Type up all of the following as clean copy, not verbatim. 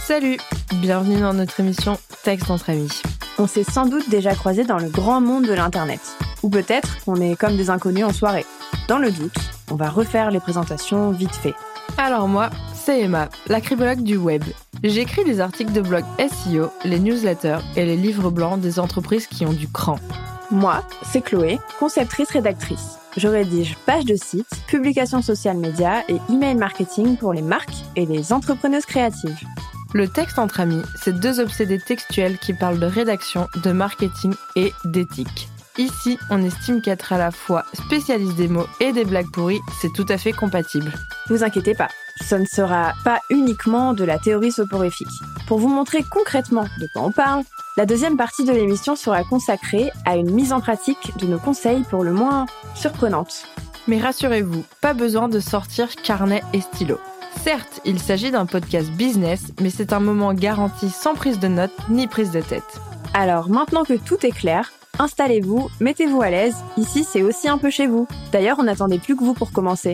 Salut, bienvenue dans notre émission Texte entre amis. On s'est sans doute déjà croisés dans le grand monde de l'internet. Ou peut-être qu'on est comme des inconnus en soirée. Dans le doute, on va refaire les présentations vite fait. Alors moi, c'est Emma, la cribologue du web. J'écris les articles de blog SEO, les newsletters et les livres blancs des entreprises qui ont du cran. Moi, c'est Chloé, conceptrice-rédactrice. Je rédige pages de sites, publications social médias et email marketing pour les marques et les entrepreneuses créatives. Le texte entre amis, c'est deux obsédés textuels qui parlent de rédaction, de marketing et d'éthique. Ici, on estime qu'être à la fois spécialiste des mots et des blagues pourries, c'est tout à fait compatible. Vous inquiétez pas, ce ne sera pas uniquement de la théorie soporifique. Pour vous montrer concrètement de quoi on parle, la deuxième partie de l'émission sera consacrée à une mise en pratique de nos conseils pour le moins surprenantes. Mais rassurez-vous, pas besoin de sortir carnet et stylo. Certes, il s'agit d'un podcast business, mais c'est un moment garanti sans prise de notes ni prise de tête. Alors maintenant que tout est clair, installez-vous, mettez-vous à l'aise, ici c'est aussi un peu chez vous. D'ailleurs, on n'attendait plus que vous pour commencer.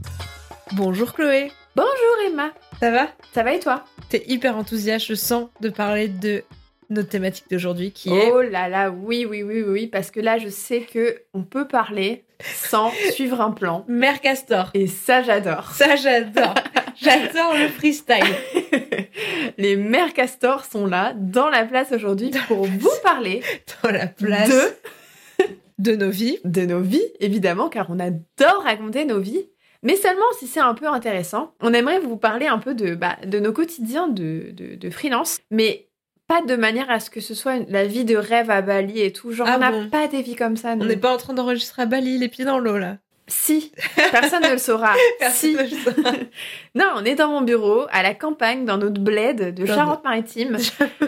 Bonjour Chloé. Bonjour Emma. Ça va ? Ça va et toi ? T'es hyper enthousiaste, je sens, de parler de notre thématique d'aujourd'hui qui est... Oh là là, oui, parce que là je sais que on peut parler sans suivre un plan. Mère Castor. Et ça j'adore. Ça j'adore. J'adore le freestyle. Les mères castors sont là, dans la place aujourd'hui, pour vous parler dans la place de nos vies. De nos vies, évidemment, car on adore raconter nos vies. Mais seulement si c'est un peu intéressant. On aimerait vous parler un peu de nos quotidiens de freelance, mais pas de manière à ce que ce soit la vie de rêve à Bali et tout. Genre, on n'a pas des vies comme ça. On n'est pas en train d'enregistrer à Bali, les pieds dans l'eau, là. Si, personne ne le saura. Personne ne le saura. Non, on est dans mon bureau, à la campagne, dans notre bled de Charente-Maritime.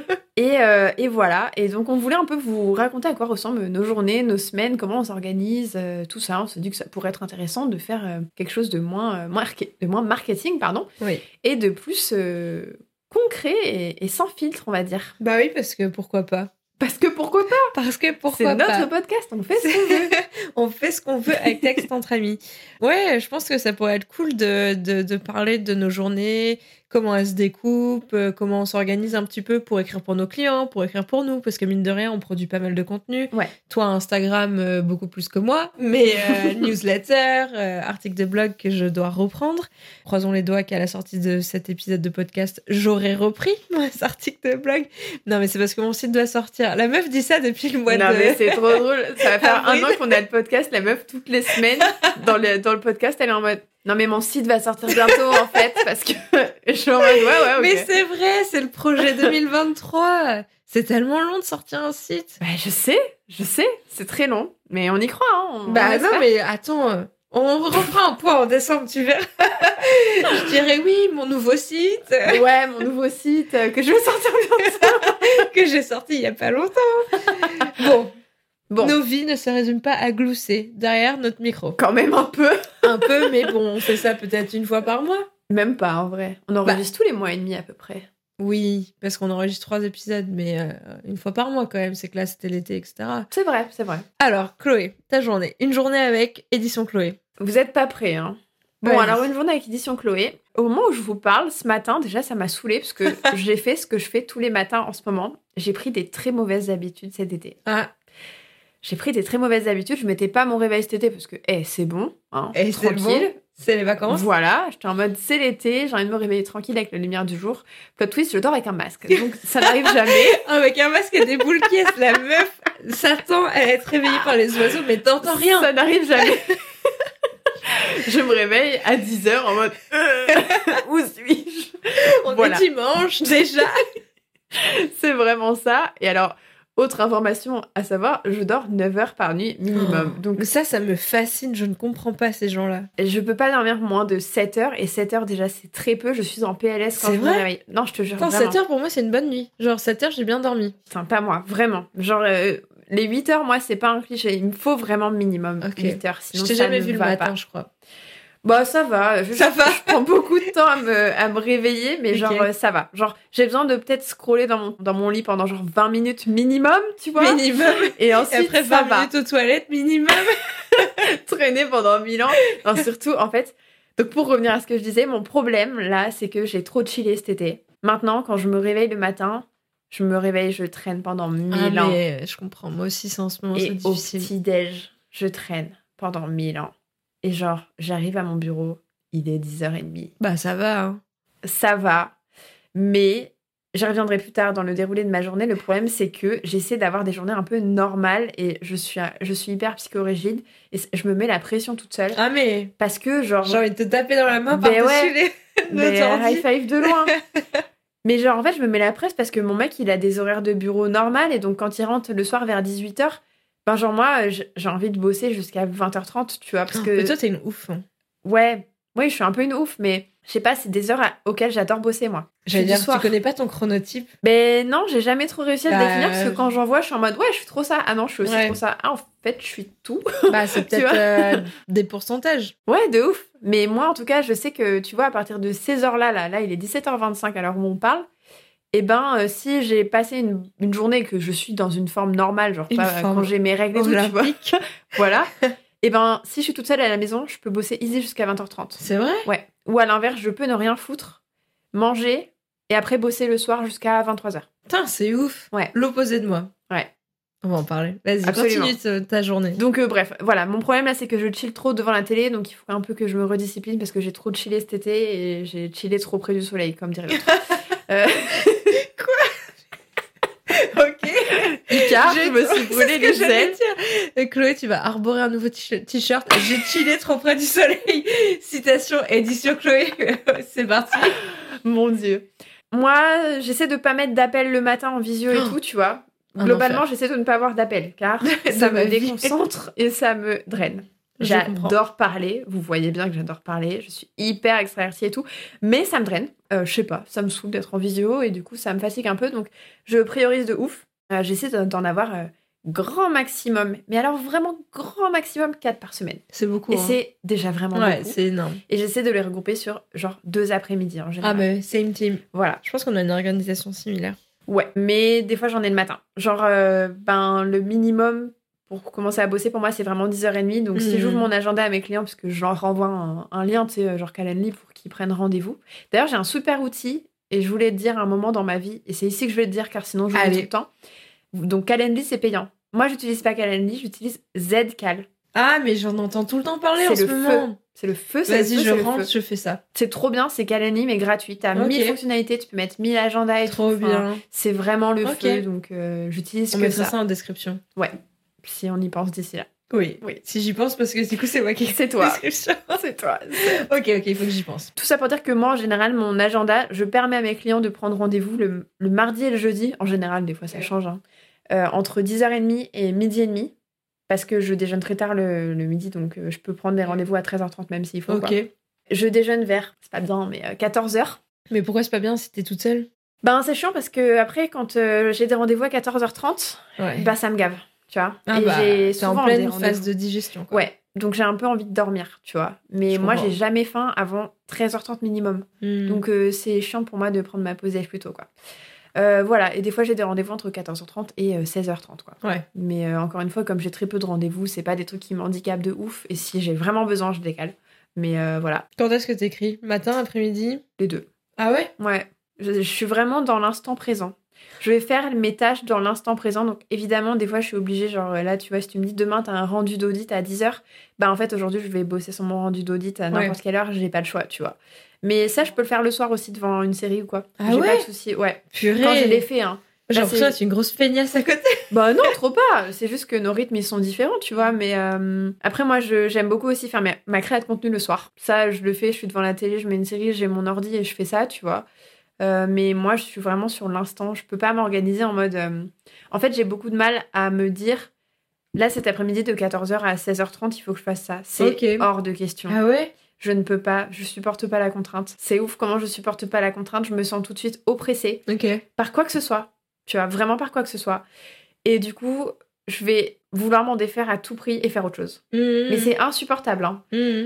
Et voilà. Et donc, on voulait un peu vous raconter à quoi ressemblent nos journées, nos semaines, comment on s'organise, tout ça. On s'est dit que ça pourrait être intéressant de faire quelque chose de moins marketing, oui. Et de plus concret et sans filtre, on va dire. Bah oui, parce que pourquoi pas. C'est notre podcast, on fait ce qu'on veut. On fait ce qu'on veut avec Texte entre amis. Ouais, je pense que ça pourrait être cool de parler de nos journées, comment elles se découpent, comment on s'organise un petit peu pour écrire pour nos clients, pour écrire pour nous, parce que mine de rien, on produit pas mal de contenu. Ouais. Toi, Instagram, beaucoup plus que moi, mais newsletter, articles de blog que je dois reprendre. Croisons les doigts qu'à la sortie de cet épisode de podcast, j'aurai repris mon article de blog. Non, mais c'est parce que mon site doit sortir. La meuf dit ça depuis le mois de... Non, mais c'est trop drôle. Ça va faire un an qu'on a le podcast. La meuf, toutes les semaines, dans le podcast, elle est en mode... Non, mais mon site va sortir bientôt, en fait, parce que... Je suis en mode, ouais, ok. Mais c'est vrai, c'est le projet 2023. C'est tellement long de sortir un site. Bah, je sais. C'est très long. Mais on y croit, hein. Non, mais attends... On refera un point en décembre, tu verras. Je dirais oui, mon nouveau site. Ouais, mon nouveau site que je vais sortir bientôt. Que j'ai sorti il y a pas longtemps. Bon. Nos vies ne se résument pas à glousser derrière notre micro. Quand même un peu. Un peu, mais bon, on fait ça peut-être une fois par mois. Même pas, en vrai. On enregistre tous les mois et demi à peu près. Oui, parce qu'on enregistre 3 épisodes, mais une fois par mois quand même. C'est que là, c'était l'été, etc. C'est vrai. Alors, Chloé, ta journée. Une journée avec Édition Chloé. Vous êtes pas prêts, hein? Bon, ouais, alors une journée avec Édition Chloé. Au moment où je vous parle, ce matin, déjà, ça m'a saoulée parce que j'ai fait ce que je fais tous les matins en ce moment. J'ai pris des très mauvaises habitudes cet été. J'ai pris des très mauvaises habitudes. Je mettais pas mon réveil cet été parce que, c'est bon, hein, tranquille. C'est les vacances. Voilà, j'étais en mode, c'est l'été, j'ai envie de me réveiller tranquille avec la lumière du jour. Plot twist, je dors avec un masque. Donc, ça n'arrive jamais. Avec un masque et des boules qui est, la meuf s'attend à être réveillée par les oiseaux, mais t'entends rien. Ça n'arrive jamais. Je me réveille à 10h en mode, où suis-je? On est dimanche, déjà. C'est vraiment ça. Et alors, autre information à savoir, je dors 9 heures par nuit minimum. Donc ça me fascine, je ne comprends pas ces gens-là. Je peux pas dormir moins de 7 heures, et 7 heures déjà c'est très peu, je suis en PLS quand je me réveille. Non, je te jure. Attends, 7 heures pour moi c'est une bonne nuit. Genre 7 heures j'ai bien dormi. Enfin, pas moi, vraiment. Genre les 8 heures, moi c'est pas un cliché, il me faut vraiment minimum 8 heures. Sinon, je t'ai jamais vu le matin, je crois. Bah ça va, je prends beaucoup de temps à me réveiller, mais genre ça va. Genre j'ai besoin de peut-être scroller dans mon lit pendant genre 20 minutes minimum, tu vois. Minimum. Et ensuite après 20 minutes aux toilettes minimum. Traîner pendant 1000 ans. Non, surtout en fait. Donc pour revenir à ce que je disais, mon problème là, c'est que j'ai trop chillé cet été. Maintenant, quand je me réveille le matin, je traîne pendant 1000 ans. Mais je comprends. Moi aussi, c'est en ce moment, c'est Et au difficile. petit-déj, je traîne pendant 1000 ans. Et genre, j'arrive à mon bureau, il est 10h30. Bah, ça va, hein. Ça va, mais j'y reviendrai plus tard dans le déroulé de ma journée. Le problème, c'est que j'essaie d'avoir des journées un peu normales et je suis hyper psychorigide et je me mets la pression toute seule. Ah, mais Parce que, genre. j'ai envie de te taper dans la main Ben par-dessus ouais. Mais high five de loin. Mais genre, en fait, je me mets la presse parce que mon mec, il a des horaires de bureau normal et donc quand il rentre le soir vers 18h, ben genre moi, j'ai envie de bosser jusqu'à 20h30, tu vois, parce que... Mais toi, t'es une ouf. Hein. Ouais, oui, je suis un peu une ouf, mais je sais pas, c'est des heures auxquelles j'adore bosser, moi. J'allais C'est du dire, soir. tu connais pas ton chronotype? Ben non, j'ai jamais trop réussi à le Bah, définir parce que quand j'en vois, je suis en mode ouais, je suis trop ça. Ah non, je suis aussi Ouais. trop ça. Ah, en fait, je suis tout. Bah, c'est Tu peut-être des pourcentages. Ouais, de ouf. Mais moi, en tout cas, je sais que, tu vois, à partir de ces heures-là, là, il est 17h25 à l'heure où on parle, et ben, si j'ai passé une journée que je suis dans une forme normale, genre Une pas forme quand j'ai mes règles et tout, tu vois, olympique. voilà, et ben, si je suis toute seule à la maison, je peux bosser easy jusqu'à 20h30. C'est vrai? Ouais. Ou à l'inverse, je peux ne rien foutre, manger, et après bosser le soir jusqu'à 23h. Putain, c'est ouf. Ouais. L'opposé de moi. Ouais. On va en parler. Vas-y, Absolument. continue ta journée. Donc bref, voilà, mon problème là c'est que je chill trop devant la télé, donc il faut un peu que je me rediscipline parce que j'ai trop chillé cet été et j'ai chillé trop près du soleil, comme dirait l'autre. Ok. Car je me suis brûlé les ailes. Chloé, tu vas arborer un nouveau t-shirt. J'ai chillé trop près du soleil. Citation, édition Chloé. C'est parti. Mon Dieu. Moi, j'essaie de pas mettre d'appel le matin en visio et tout, tu vois. Un Globalement, enfer. j'essaie de ne pas avoir d'appel car ça ma me vie. déconcentre et ça me draine. Je comprends. J'adore parler, vous voyez bien que j'adore parler, je suis hyper extravertie et tout, mais ça me draine. Je sais pas, ça me saoule d'être en visio et du coup ça me fatigue un peu, donc je priorise de ouf. J'essaie d'en avoir grand maximum, mais alors vraiment grand maximum 4 par semaine. C'est beaucoup. Et hein. c'est déjà vraiment Ouais, beaucoup. c'est énorme. Et j'essaie de les regrouper sur genre 2 après-midi en général. Ah, mais same team. Voilà. Je pense qu'on a une organisation similaire. Ouais, mais des fois j'en ai le matin. Genre, le minimum pour commencer à bosser pour moi c'est vraiment 10h30. Donc si j'ouvre mon agenda à mes clients, parce que je leur renvoie un lien, tu sais, genre Calendly pour qu'ils prennent rendez-vous. D'ailleurs, j'ai un super outil et je voulais te dire à un moment dans ma vie, et c'est ici que je vais te dire car sinon je l'oublie tout le temps. Donc Calendly c'est payant. Moi j'utilise pas Calendly, j'utilise Zcal. Ah, mais j'en entends tout le temps parler C'est en ce le moment. feu. C'est le feu, c'est Vas-y, le feu, je c'est le rentre, feu. je fais ça. C'est trop bien, c'est Calendly mais gratuit. T'as Ok. 1000 fonctionnalités, tu peux mettre 1000 agendas et Trop tout. Enfin, bien. c'est vraiment le Ok. feu, donc j'utilise On que mettra ça. ça en description. Ouais, si on y pense d'ici là. Oui. Oui. Si j'y pense, parce que du coup, c'est moi qui C'est toi. description. C'est toi. Ok, il faut que j'y pense. Tout ça pour dire que moi, en général, mon agenda, je permets à mes clients de prendre rendez-vous le mardi et le jeudi. En général, des fois, ça change. Hein, entre 10h30 et midi et demi. Parce que je déjeune très tard le midi, donc je peux prendre des rendez-vous à 13h30 même s'il faut. Ok. Quoi. Je déjeune vers, c'est pas bien, mais 14h. Mais pourquoi c'est pas bien si t'es toute seule? Ben, c'est chiant parce que après, quand j'ai des rendez-vous à 14h30, Ouais. bah, ça me gave, tu vois. Ah et bah, j'ai t'es en souvent pleine des phase rendez-vous. de digestion. Quoi. Ouais, donc j'ai un peu envie de dormir, tu vois. Mais Je moi, comprends. j'ai jamais faim avant 13h30 minimum. Donc c'est chiant pour moi de prendre ma pause déj plus tôt, quoi. Voilà, et des fois j'ai des rendez-vous entre 14h30 et 16h30, quoi. Ouais. Mais encore une fois, comme j'ai très peu de rendez-vous, c'est pas des trucs qui m'handicapent de ouf. Et si j'ai vraiment besoin, je décale. Mais voilà, Quand est-ce que t'écris? Matin, après-midi? les deux. Ah ouais? Ouais, je suis vraiment dans l'instant présent. Je vais faire mes tâches dans l'instant présent. Donc évidemment, des fois, je suis obligée, genre là, tu vois, si tu me dis demain, t'as un rendu d'audit à 10h, bah en fait, aujourd'hui, je vais bosser sur mon rendu d'audit à n'importe quelle heure, j'ai pas le choix, tu vois. Mais ça, je peux le faire le soir aussi devant une série ou quoi. Ah J'ai ouais? pas de souci, ouais. Purée. Quand je l'ai fait, hein. J'ai Là, l'impression c'est- d'être une grosse feignasse à côté. Bah non, trop pas. C'est juste que nos rythmes, ils sont différents, tu vois. Mais après, moi, j'aime beaucoup aussi faire ma créa de contenu le soir. Ça, je le fais, je suis devant la télé, je mets une série, j'ai mon ordi et je fais ça, tu vois. Mais moi, je suis vraiment sur l'instant. Je peux pas m'organiser en mode... En fait, j'ai beaucoup de mal à me dire... Là, cet après-midi, de 14h à 16h30, il faut que je fasse ça. C'est Ok. hors de question. Ah ouais? Je ne peux pas, je supporte pas la contrainte. C'est ouf comment je supporte pas la contrainte. Je me sens tout de suite oppressée Ok. par quoi que ce soit. Tu vois, vraiment par quoi que ce soit. Et du coup, je vais vouloir m'en défaire à tout prix et faire autre chose. Mais c'est insupportable. Hein.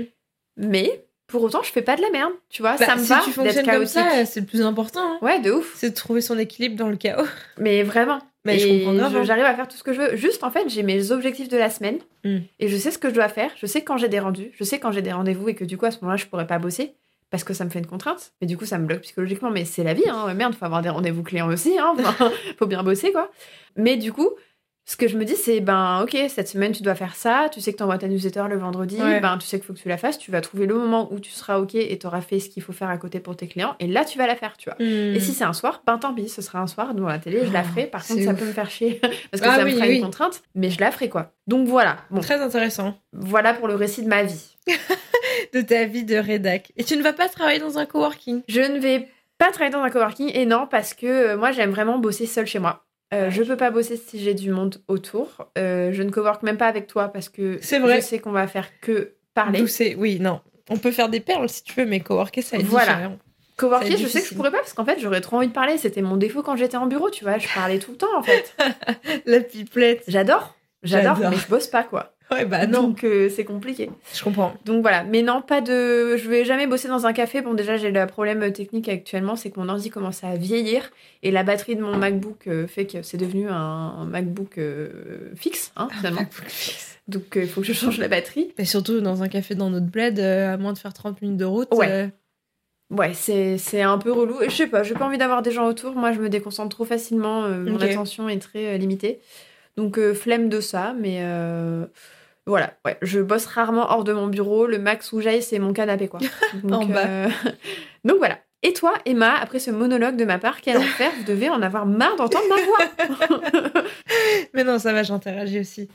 Mais pour autant, je fais pas de la merde. Tu vois, ça me si va tu d'être fonctionnes comme chaotique. ça, c'est le plus important. Hein. Ouais, de ouf. C'est de trouver son équilibre dans le chaos. Mais vraiment. Mais je comprends grave. Hein. J'arrive à faire tout ce que je veux. Juste, en fait, j'ai mes objectifs de la semaine. Et je sais ce que je dois faire. Je sais quand j'ai des rendus. Je sais quand j'ai des rendez-vous et que du coup, à ce moment-là, je pourrais pas bosser. parce que ça me fait une contrainte. Mais du coup, ça me bloque psychologiquement. Mais c'est la vie, hein. Merde, faut avoir des rendez-vous clients aussi, hein. Enfin, faut bien bosser, quoi. Mais du coup, ce que je me dis, c'est, ok, cette semaine, tu dois faire ça. Tu sais que t'envoies ta newsletter le vendredi. Ouais. Tu sais qu'il faut que tu la fasses. Tu vas trouver le moment où tu seras ok et t'auras fait ce qu'il faut faire à côté pour tes clients. Et là, tu vas la faire, tu vois. Et si c'est un soir, tant pis, ce sera un soir devant la télé, je la ferai. Par contre, ça peut me faire chier parce que ça me fera une contrainte. Mais je la ferai, quoi. Donc voilà. Bon. Très intéressant. Voilà pour le récit de ma vie. De ta vie de rédac. Et tu ne vas pas travailler dans un coworking? Je ne vais pas travailler dans un coworking. Et non, parce que moi, j'aime vraiment bosser seule chez moi. Je peux pas bosser si j'ai du monde autour. Je ne cowork même pas avec toi parce que je sais qu'on va faire que parler. Oui, non. On peut faire des perles si tu veux, mais coworker, ça va être différent. Coworker, je sais que je pourrais pas parce qu'en fait, j'aurais trop envie de parler. C'était mon défaut quand j'étais en bureau, tu vois. Je parlais tout le temps, en fait. La pipelette. J'adore, mais je bosse pas, quoi. Ouais, bah non. Donc, c'est compliqué. Je comprends. Donc voilà. Mais non, je vais jamais bosser dans un café. Bon, déjà, j'ai le problème technique actuellement, c'est que mon ordi commence à vieillir et la batterie de mon MacBook fait que c'est devenu un MacBook fixe, hein, finalement. MacBook fixe. Donc, il faut que je change la batterie. Et surtout, dans un café dans notre bled, à moins de faire 30 minutes de route. Ouais. Ouais, c'est un peu relou. Et je sais pas, j'ai pas envie d'avoir des gens autour. Moi, je me déconcentre trop facilement. Mon attention est très limitée. Donc, flemme de ça, mais... Voilà, ouais, je bosse rarement hors de mon bureau. Le max où j'aille, c'est mon canapé, quoi. Donc, en bas. Donc voilà. Et toi, Emma, après ce monologue de ma part, quel enfer, vous devez en avoir marre d'entendre ma voix. Mais non, ça va, j'interagis aussi.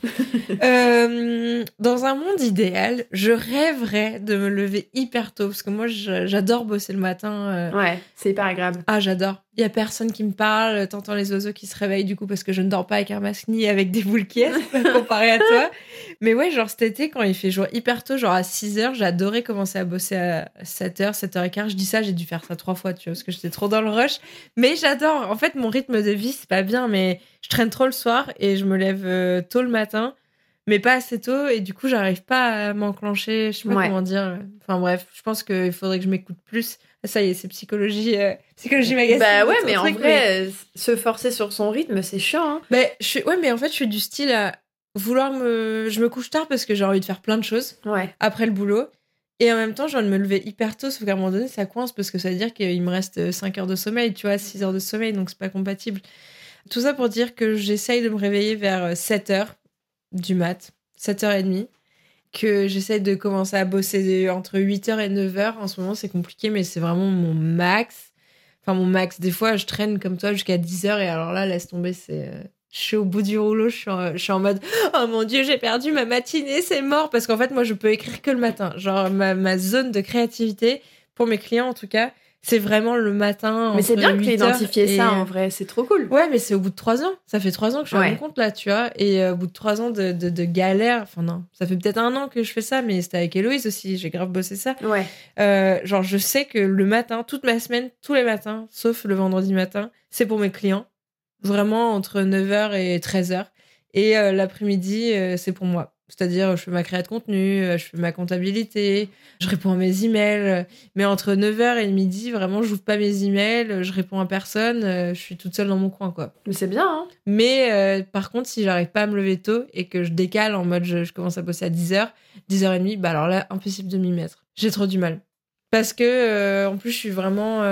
Dans un monde idéal, je rêverais de me lever hyper tôt, parce que moi, j'adore bosser le matin. Ouais, c'est hyper agréable. Ah, j'adore. Il y a personne qui me parle, t'entends les oiseaux qui se réveillent du coup parce que je ne dors pas avec un masque ni avec des boules qui comparé à toi. Mais ouais, genre cet été, quand il fait jour hyper tôt, genre à 6h, j'adorais commencer à bosser à 7h, 7h15. Je dis ça, j'ai dû faire ça 3 fois, tu vois, parce que j'étais trop dans le rush. Mais j'adore. En fait, mon rythme de vie, c'est pas bien, mais je traîne trop le soir et je me lève tôt le matin, mais pas assez tôt. Et du coup, j'arrive pas à m'enclencher. Je sais pas comment dire. Enfin bref, je pense qu'il faudrait que je m'écoute plus. Ça y est, c'est psychologie magazine. Bah ouais, mais en vrai, se forcer sur son rythme, c'est chiant. Hein. Mais en fait, je suis du style à vouloir je me couche tard parce que j'ai envie de faire plein de choses après le boulot. Et en même temps, j'ai envie de me lever hyper tôt, sauf qu'à un moment donné, ça coince parce que ça veut dire qu'il me reste 5 heures de sommeil, tu vois, 6 heures de sommeil, donc c'est pas compatible. Tout ça pour dire que j'essaye de me réveiller vers 7h du mat, 7h30. Que j'essaie de commencer à bosser entre 8h et 9h. En ce moment, c'est compliqué, mais c'est vraiment mon max. Enfin, mon max. Des fois, je traîne comme toi jusqu'à 10h et alors là, laisse tomber, je suis au bout du rouleau, je suis en mode « Oh mon Dieu, j'ai perdu ma matinée, c'est mort !» Parce qu'en fait, moi, je peux écrire que le matin. Genre, ma zone de créativité, pour mes clients en tout cas, c'est vraiment le matin. Mais c'est bien que tu aies identifié ça, en vrai. C'est trop cool. Ouais, mais c'est au bout de 3 ans. Ça fait 3 ans que je suis à mon compte, là, tu vois. Et au bout de 3 ans de galère... Enfin, non. Ça fait peut-être 1 an que je fais ça, mais c'était avec Héloïse aussi. J'ai grave bossé ça. Ouais. Genre, je sais que le matin, toute ma semaine, tous les matins, sauf le vendredi matin, c'est pour mes clients. Vraiment, entre 9h et 13h. Et l'après-midi, c'est pour moi. C'est-à-dire, je fais ma créa de contenu, je fais ma comptabilité, je réponds à mes emails. Mais entre 9h et le midi, vraiment, j'ouvre pas mes emails, je réponds à personne, je suis toute seule dans mon coin, quoi. Mais c'est bien, hein. Mais par contre, si j'arrive pas à me lever tôt et que je décale en mode je commence à bosser à 10h, 10h30, bah alors là, impossible de m'y mettre. J'ai trop du mal. Parce que, en plus, je suis vraiment...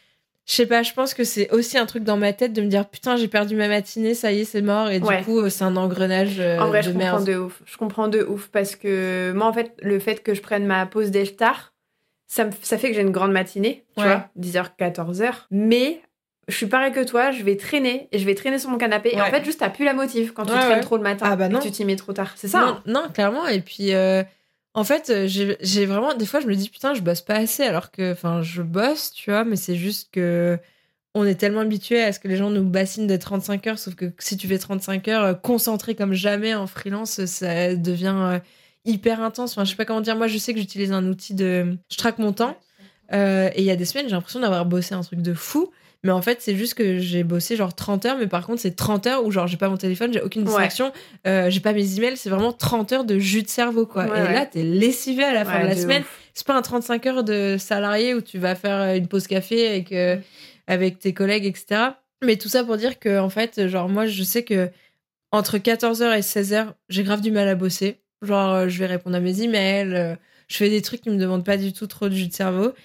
je sais pas, je pense que c'est aussi un truc dans ma tête de me dire putain, j'ai perdu ma matinée, ça y est, c'est mort. Et du coup, c'est un engrenage en vrai, de merde. Je comprends de ouf parce que moi, en fait, le fait que je prenne ma pause déj tard, ça fait que j'ai une grande matinée, tu vois, 10h, 14h. Mais je suis pareil que toi, je vais traîner sur mon canapé. Et en fait, juste, t'as plus la motive quand tu traînes trop le matin et que tu t'y mets trop tard. C'est ça? Non, clairement. Et puis... en fait, j'ai vraiment... Des fois, je me dis, putain, je bosse pas assez, alors que... Enfin, je bosse, tu vois, mais c'est juste que... On est tellement habitué à ce que les gens nous bassinent de 35 heures, sauf que si tu fais 35 heures, concentré comme jamais en freelance, ça devient hyper intense. Enfin, je sais pas comment dire. Moi, je sais que j'utilise un outil de... Je traque mon temps. Et il y a des semaines, j'ai l'impression d'avoir bossé un truc de fou. Mais en fait, c'est juste que j'ai bossé genre 30 heures, mais par contre, c'est 30 heures où genre j'ai pas mon téléphone, j'ai aucune distraction, j'ai pas mes emails, c'est vraiment 30 heures de jus de cerveau, quoi. Et là, t'es lessivé à la fin de la semaine. Ouf. C'est pas un 35 heures de salarié où tu vas faire une pause café avec tes collègues, etc. Mais tout ça pour dire que, en fait, genre, moi, je sais que entre 14h et 16h, j'ai grave du mal à bosser. Genre, je vais répondre à mes emails, je fais des trucs qui me demandent pas du tout trop de jus de cerveau.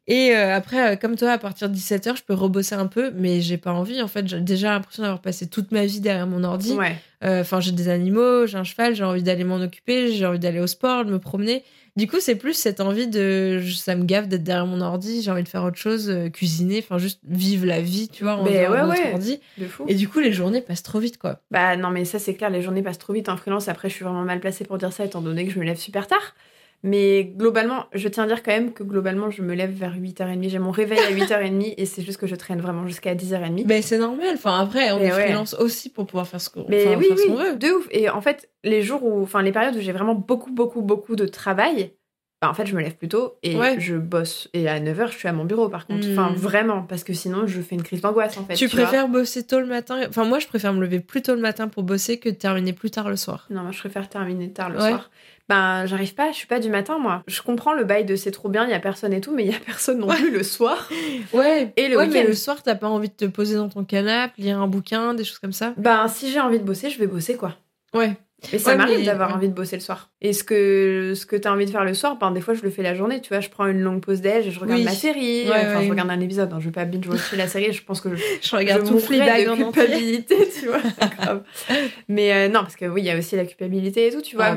Et après, comme toi, à partir de 17h, je peux rebosser un peu, mais j'ai pas envie. En fait, j'ai déjà l'impression d'avoir passé toute ma vie derrière mon ordi. Ouais. Enfin, j'ai des animaux, j'ai un cheval, j'ai envie d'aller m'en occuper, j'ai envie d'aller au sport, de me promener. Du coup, c'est plus cette envie ça me gave d'être derrière mon ordi, j'ai envie de faire autre chose, cuisiner, enfin, juste vivre la vie, tu vois, en dehors de notre ordi. De fou. Et du coup, les journées passent trop vite, quoi. Bah non, mais ça, c'est clair, les journées passent trop vite en freelance. Après, je suis vraiment mal placée pour dire ça, étant donné que je me lève super tard. Mais globalement, je tiens à dire quand même que globalement, je me lève vers 8h30. J'ai mon réveil à 8h30 et c'est juste que je traîne vraiment jusqu'à 10h30. Mais c'est normal. Enfin, après, on est freelance aussi pour pouvoir faire ce qu'on veut. De ouf. Et en fait, les périodes où j'ai vraiment beaucoup de travail, bah en fait, je me lève plus tôt et je bosse. Et à 9h, je suis à mon bureau, par contre. Enfin, vraiment, parce que sinon, je fais une crise d'angoisse, en fait. Tu préfères bosser tôt le matin? Enfin, moi, je préfère me lever plus tôt le matin pour bosser que de terminer plus tard le soir. Non, moi, je préfère terminer tard le soir. Ben, j'arrive pas, je suis pas du matin, moi. Je comprends le bail de c'est trop bien, il y a personne et tout, mais il y a personne non plus le soir. Et le week-end. Mais le soir, t'as pas envie de te poser dans ton canapé, lire un bouquin, des choses comme ça? Ben, si j'ai envie de bosser, je vais bosser, quoi. Ouais. Et ça m'arrive d'avoir envie de bosser le soir. Et ce que t'as envie de faire le soir, ben, des fois, je le fais la journée, tu vois. Je prends une longue pause déj et je regarde ma série. Je regarde un épisode. Hein, je vais pas binge-watcher la série, je pense que je regarde tout Fleabag en culpabilité, tu vois. Grave. Mais non, parce que oui, il y a aussi la culpabilité et tout, tu vois.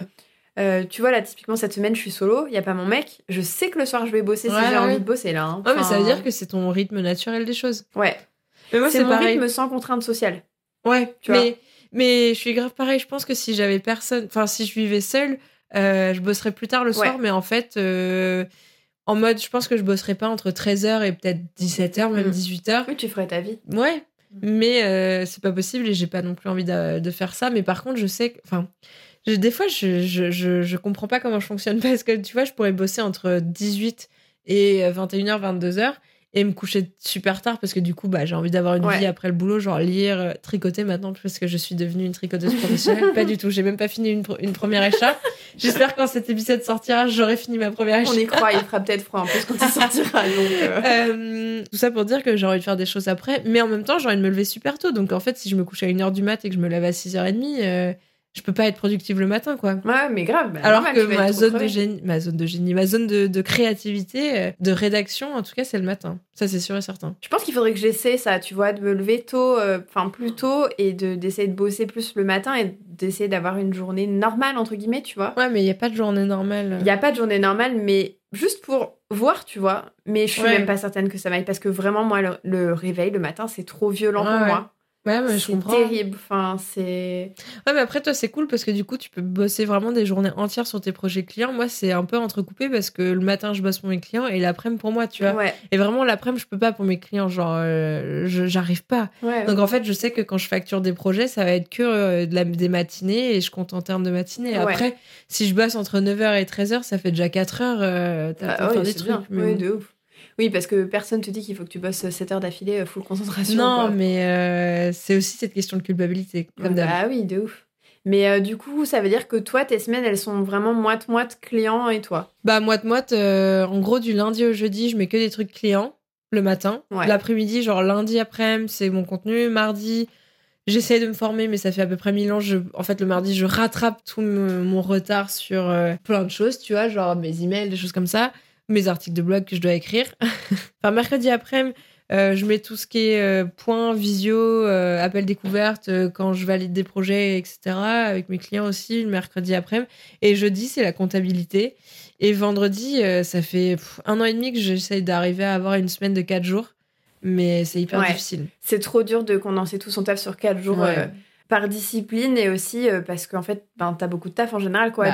Tu vois, là, typiquement, cette semaine, je suis solo, il n'y a pas mon mec. Je sais que le soir, je vais bosser si j'ai envie de bosser, là. Hein. Mais ça veut dire que c'est ton rythme naturel des choses. Ouais. Mais moi, c'est mon rythme sans contrainte sociale. Ouais, mais je suis grave pareil. Je pense que si j'avais personne... Enfin, si je vivais seule, je bosserais plus tard le soir, mais en fait... En mode, je pense que je bosserais pas entre 13h et peut-être 17h, même 18h. Oui, tu ferais ta vie. Ouais, mais c'est pas possible et j'ai pas non plus envie de faire ça. Mais par contre, je sais que... Enfin... Des fois, je comprends pas comment je fonctionne parce que, tu vois, je pourrais bosser entre 18 et 21h, 22h et me coucher super tard parce que du coup, j'ai envie d'avoir une vie après le boulot, genre lire, tricoter maintenant parce que je suis devenue une tricoteuse professionnelle. Pas du tout, j'ai même pas fini une première écharpe. J'espère que quand cet épisode sortira, j'aurai fini ma première écharpe. On y croit, il fera peut-être froid en plus quand il sortira. Donc, tout ça pour dire que j'ai envie de faire des choses après, mais en même temps, j'ai envie de me lever super tôt. Donc en fait, si je me couche à 1h du mat et que je me lève à 6h30... je peux pas être productive le matin, quoi. Ouais, mais grave. Alors que ma zone de créativité, de rédaction, en tout cas, c'est le matin. Ça, c'est sûr et certain. Je pense qu'il faudrait que j'essaie ça, tu vois, de me lever tôt, plus tôt, et d'essayer de bosser plus le matin et d'essayer d'avoir une journée normale, entre guillemets, tu vois. Ouais, mais il y a pas de journée normale. Il y a pas de journée normale, mais juste pour voir, tu vois. Mais je suis même pas certaine que ça m'aille, parce que vraiment, moi, le réveil le matin, c'est trop violent pour moi. Ouais, mais je comprends. C'est terrible, enfin, c'est... Ouais, mais après, toi, c'est cool parce que du coup, tu peux bosser vraiment des journées entières sur tes projets clients. Moi, c'est un peu entrecoupé parce que le matin, je bosse pour mes clients et l'après-midi pour moi, tu vois. Ouais. Et vraiment, l'après-midi, je peux pas pour mes clients, genre, j'arrive pas. Ouais, donc, en fait, je sais que quand je facture des projets, ça va être que des matinées et je compte en termes de matinées. Après, si je bosse entre 9h et 13h, ça fait déjà 4 heures, t'as faire des trucs. Oui, de ouf. Oui, parce que personne te dit qu'il faut que tu bosses 7 heures d'affilée, full concentration. Non, quoi. Mais c'est aussi cette question de culpabilité, comme d'hab. Ah oui, de ouf. Mais du coup, ça veut dire que toi, tes semaines, elles sont vraiment moite-moite clients et toi? Moite-moite. En gros, du lundi au jeudi, je mets que des trucs clients le matin. Ouais. L'après-midi, genre lundi après-midi, c'est mon contenu. Mardi, j'essaie de me former, mais ça fait à peu près 1000 ans. En fait, le mardi, je rattrape tout mon retard sur plein de choses, tu vois, genre mes emails, des choses comme ça. Mes articles de blog que je dois écrire. Enfin, mercredi après-midi, je mets tout ce qui est points, visio, appel découverte, quand je valide des projets, etc. Avec mes clients aussi, le mercredi après-midi. Et jeudi, c'est la comptabilité. Et vendredi, ça fait 1 an et demi que j'essaye d'arriver à avoir une semaine de 4 jours. Mais c'est hyper difficile. C'est trop dur de condenser tout son taf sur 4 jours. Par discipline et aussi parce qu'en fait t'as beaucoup de taf en général quoi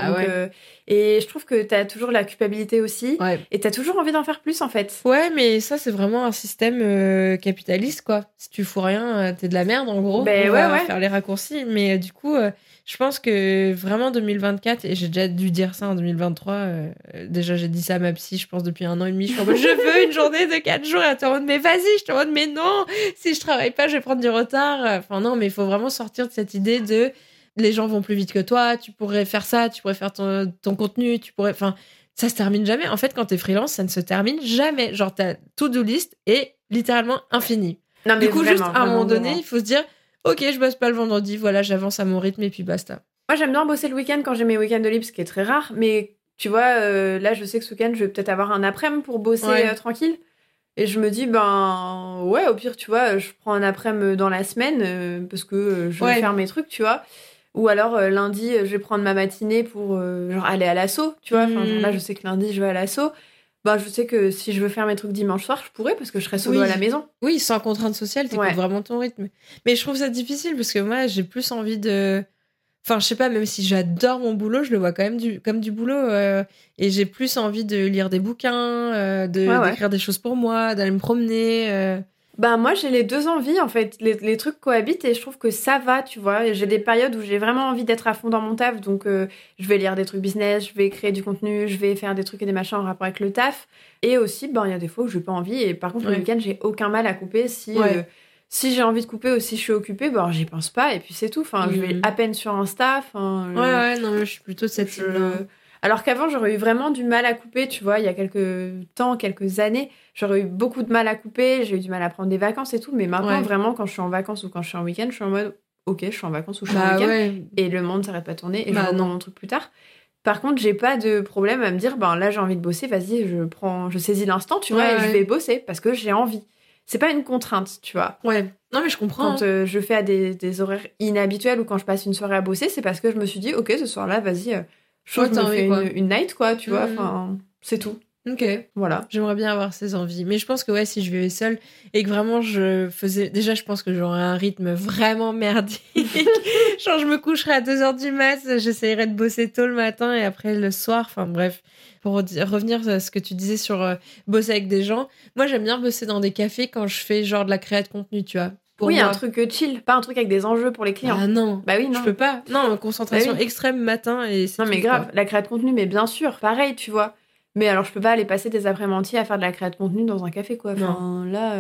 et je trouve que t'as toujours la culpabilité aussi et t'as toujours envie d'en faire plus en fait. Mais ça c'est vraiment un système capitaliste quoi. Si tu fous rien t'es de la merde en gros. On va faire les raccourcis mais du coup je pense que vraiment 2024 et j'ai déjà dû dire ça en 2023 déjà j'ai dit ça à ma psy je pense depuis 1 an et demi je veux une journée de 4 jours et elle te demande mais vas-y je te demande mais non si je travaille pas je vais prendre du retard enfin non mais il faut vraiment sortir de cette idée de les gens vont plus vite que toi tu pourrais faire ça tu pourrais faire ton contenu tu pourrais enfin ça se termine jamais en fait quand t'es freelance ça ne se termine jamais genre ta to-do list est littéralement infinie non, mais du coup vraiment, juste à un moment donné il faut se dire ok, je bosse pas le vendredi, voilà, j'avance à mon rythme et puis basta. Moi, j'aime bien bosser le week-end quand j'ai mes week-ends de libre, ce qui est très rare, mais Tu vois, là, je sais que ce week-end, je vais peut-être avoir un après-midi pour bosser tranquille. Et je me dis, ouais, au pire, tu vois, je prends un après-midi dans la semaine parce que je vais faire mes trucs, tu vois. Ou alors, lundi, je vais prendre ma matinée pour genre aller à l'asso, tu vois. Enfin, genre là, je sais que lundi, je vais à l'asso. Je sais que si je veux faire mes trucs dimanche soir, je pourrais parce que je serai solo à la maison. Oui, sans contrainte sociale, t'écoutes vraiment ton rythme. Mais je trouve ça difficile parce que moi, j'ai plus envie de... Enfin, je sais pas, même si j'adore mon boulot, je le vois quand même comme du boulot. Et j'ai plus envie de lire des bouquins, d'écrire des choses pour moi, d'aller me promener. Moi, j'ai les deux envies, en fait. Les trucs cohabitent et je trouve que ça va, tu vois. Et j'ai des périodes où j'ai vraiment envie d'être à fond dans mon taf. Donc, je vais lire des trucs business, je vais créer du contenu, je vais faire des trucs et des machins en rapport avec le taf. Et aussi, il y a des fois où j'ai pas envie. Et par contre, le week-end, j'ai aucun mal à couper. Si j'ai envie de couper ou si je suis occupée, j'y pense pas. Et puis, c'est tout. Enfin, je vais à peine sur Insta. Non, mais je suis plutôt de cette type-là. Alors qu'avant, j'aurais eu vraiment du mal à couper, tu vois, il y a quelques années, j'aurais eu beaucoup de mal à couper, j'ai eu du mal à prendre des vacances et tout, mais maintenant, vraiment, quand je suis en vacances ou quand je suis en week-end, je suis en mode, ok, je suis en vacances ou je suis en week-end, et le monde s'arrête pas de tourner, et je reprends mon truc plus tard. Par contre, j'ai pas de problème à me dire, là, j'ai envie de bosser, vas-y, je saisis l'instant, tu vois, et je vais bosser, parce que j'ai envie. C'est pas une contrainte, tu vois. Ouais, non, mais je comprends. Quand je fais à des horaires inhabituels ou quand je passe une soirée à bosser, c'est parce que je me suis dit, ok, ce soir-là, vas-y... Je me fais une night, quoi, tu vois. Enfin, c'est tout. Ok. Voilà. J'aimerais bien avoir ces envies. Mais je pense que, si je vivais seule et que vraiment je faisais... Déjà, je pense que j'aurais un rythme vraiment merdique. Genre, je me coucherais à 2h du mat, j'essayerais de bosser tôt le matin et après le soir. Enfin, bref. Pour revenir à ce que tu disais sur bosser avec des gens, moi, j'aime bien bosser dans des cafés quand je fais genre de la créa de contenu, tu vois. Oui, un truc chill, pas un truc avec des enjeux pour les clients. Ah non. Oui, non. Je peux pas. Non, concentration extrême matin et c'est non, mais grave, la créa de contenu, mais bien sûr, pareil, tu vois. Mais alors, je peux pas aller passer des après-midi à faire de la créa de contenu dans un café, quoi. Enfin, là,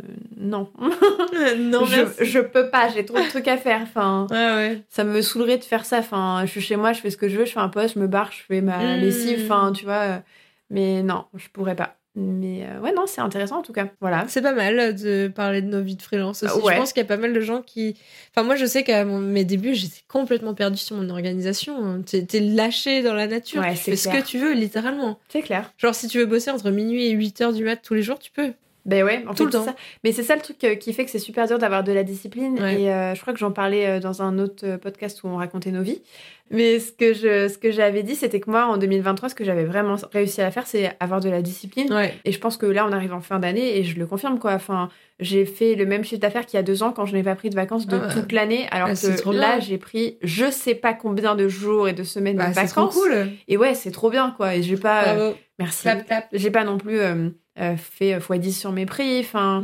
non. Non, je peux pas, j'ai trop de trucs à faire. Enfin, ouais. Ça me saoulerait de faire ça. Enfin, je suis chez moi, je fais ce que je veux, je fais un post, je me barre, je fais ma lessive, enfin, tu vois. Mais non, je pourrais pas. Mais non, c'est intéressant en tout cas. Voilà. C'est pas mal de parler de nos vies de freelance aussi. Je pense qu'il y a pas mal de gens qui... Enfin, moi, je sais qu'à mes débuts, j'étais complètement perdue sur mon organisation. T'es lâché dans la nature. Tu fais ce que tu veux, littéralement. C'est clair. Genre, si tu veux bosser entre minuit et 8h du mat tous les jours, tu peux. Ben ouais, en tout fait, le temps. Ça. Mais c'est ça le truc qui fait que c'est super dur d'avoir de la discipline. Et je crois que j'en parlais dans un autre podcast où on racontait nos vies. Mais ce que j'avais dit, c'était que moi, en 2023, ce que j'avais vraiment réussi à faire, c'est avoir de la discipline. Et je pense que là, on arrive en fin d'année et je le confirme, quoi. Enfin, j'ai fait le même chiffre d'affaires qu'il y a 2 ans quand je n'ai pas pris de vacances de toute l'année. Alors que là, j'ai pris je sais pas combien de jours et de semaines de vacances. C'est trop cool. Et c'est trop bien, quoi. Et j'ai pas... Bravo. Merci. Clap. J'ai pas non plus... fait x10 sur mes prix. Enfin,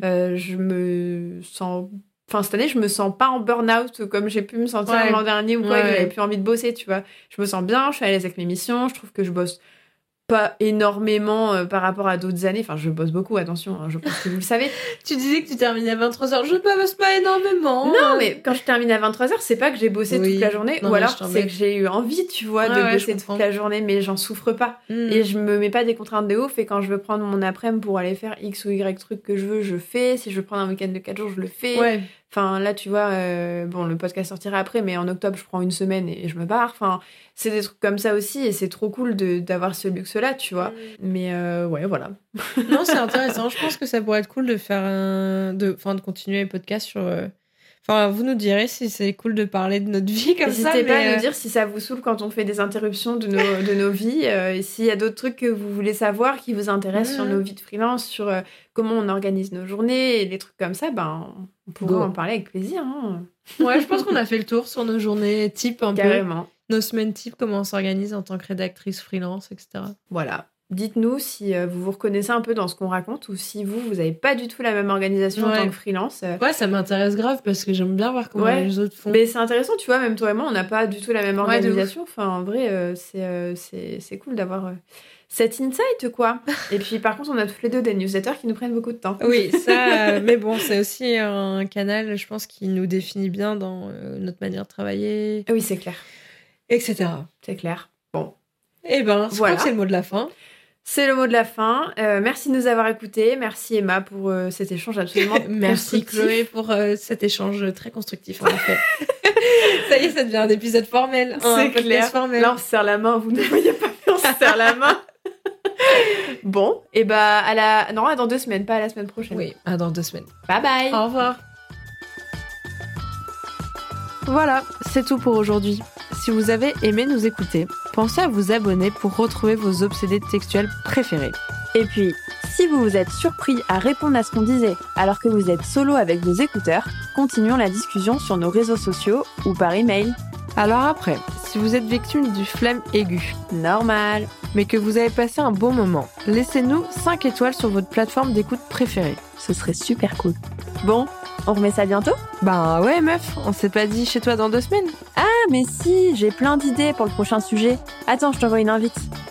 je me sens... Enfin, cette année, je me sens pas en burn-out comme j'ai pu me sentir l'an dernier ou quoi, que j'avais plus envie de bosser, tu vois. Je me sens bien, je suis à l'aise avec mes missions, je trouve que je bosse pas énormément par rapport à d'autres années. Enfin, je bosse beaucoup, attention, je pense que vous le savez. Tu disais que tu terminais à 23h. Je ne bosse pas énormément. Non, mais quand je termine à 23h, c'est pas que j'ai bossé toute la journée, ou alors c'est que j'ai eu envie, tu vois, de bosser toute la journée, mais j'en souffre pas. Et je me mets pas des contraintes de ouf, et quand je veux prendre mon après-midi pour aller faire X ou Y truc que je veux, je fais. Si je veux prendre un week-end de 4 jours, je le fais. Enfin, là, tu vois, le podcast sortira après, mais en octobre, je prends une semaine et je me barre. Enfin, c'est des trucs comme ça aussi, et c'est trop cool d'avoir ce luxe-là, tu vois. Mais voilà. Non, c'est intéressant. Je pense que ça pourrait être cool de faire de continuer les podcasts sur... Enfin, vous nous direz si c'est cool de parler de notre vie comme ça. N'hésitez pas à nous dire si ça vous saoule quand on fait des interruptions de nos vies. Et s'il y a d'autres trucs que vous voulez savoir qui vous intéressent sur nos vies de freelance, sur comment on organise nos journées et des trucs comme ça, on pourra en parler avec plaisir. Hein. Ouais, je pense qu'on a fait le tour sur nos journées type un Carrément. peu. Nos semaines type, comment on s'organise en tant que rédactrice freelance, etc. Voilà. Dites-nous si vous vous reconnaissez un peu dans ce qu'on raconte ou si vous n'avez pas du tout la même organisation en tant que freelance. Ouais, ça m'intéresse grave parce que j'aime bien voir comment les autres font. Mais c'est intéressant, tu vois, même toi et moi, on n'a pas du tout la même organisation. Enfin, en vrai, c'est cool d'avoir cet insight, quoi. Et puis, par contre, on a tous les deux des newsletters qui nous prennent beaucoup de temps. Oui, ça, mais bon, c'est aussi un canal, je pense, qui nous définit bien dans notre manière de travailler. Oui, c'est clair. Etc. C'est clair. Bon. Eh ben, je crois que c'est le mot de la fin. C'est le mot de la fin. Merci de nous avoir écoutés. Merci Emma pour cet échange absolument Merci Chloé pour cet échange très constructif, en effet. Ça y est, ça devient un épisode formel. C'est clair. Formel. Là, on se serre la main, vous ne voyez pas faire ça. se serre la main. Bon, et non, dans 2 semaines, pas à la semaine prochaine. Oui, à dans 2 semaines. Bye bye. Au revoir. Voilà, c'est tout pour aujourd'hui. Si vous avez aimé nous écouter, pensez à vous abonner pour retrouver vos obsédés textuels préférés. Et puis, si vous vous êtes surpris à répondre à ce qu'on disait alors que vous êtes solo avec vos écouteurs, continuons la discussion sur nos réseaux sociaux ou par email. Alors après, si vous êtes victime du flemme aigu, Normal. mais que vous avez passé un bon moment, laissez-nous 5 étoiles sur votre plateforme d'écoute préférée. Ce serait super cool. Bon, on remet ça bientôt ? Bah ouais meuf, on s'est pas dit chez toi dans 2 semaines. Ah mais si, j'ai plein d'idées pour le prochain sujet. Attends, je t'envoie une invite.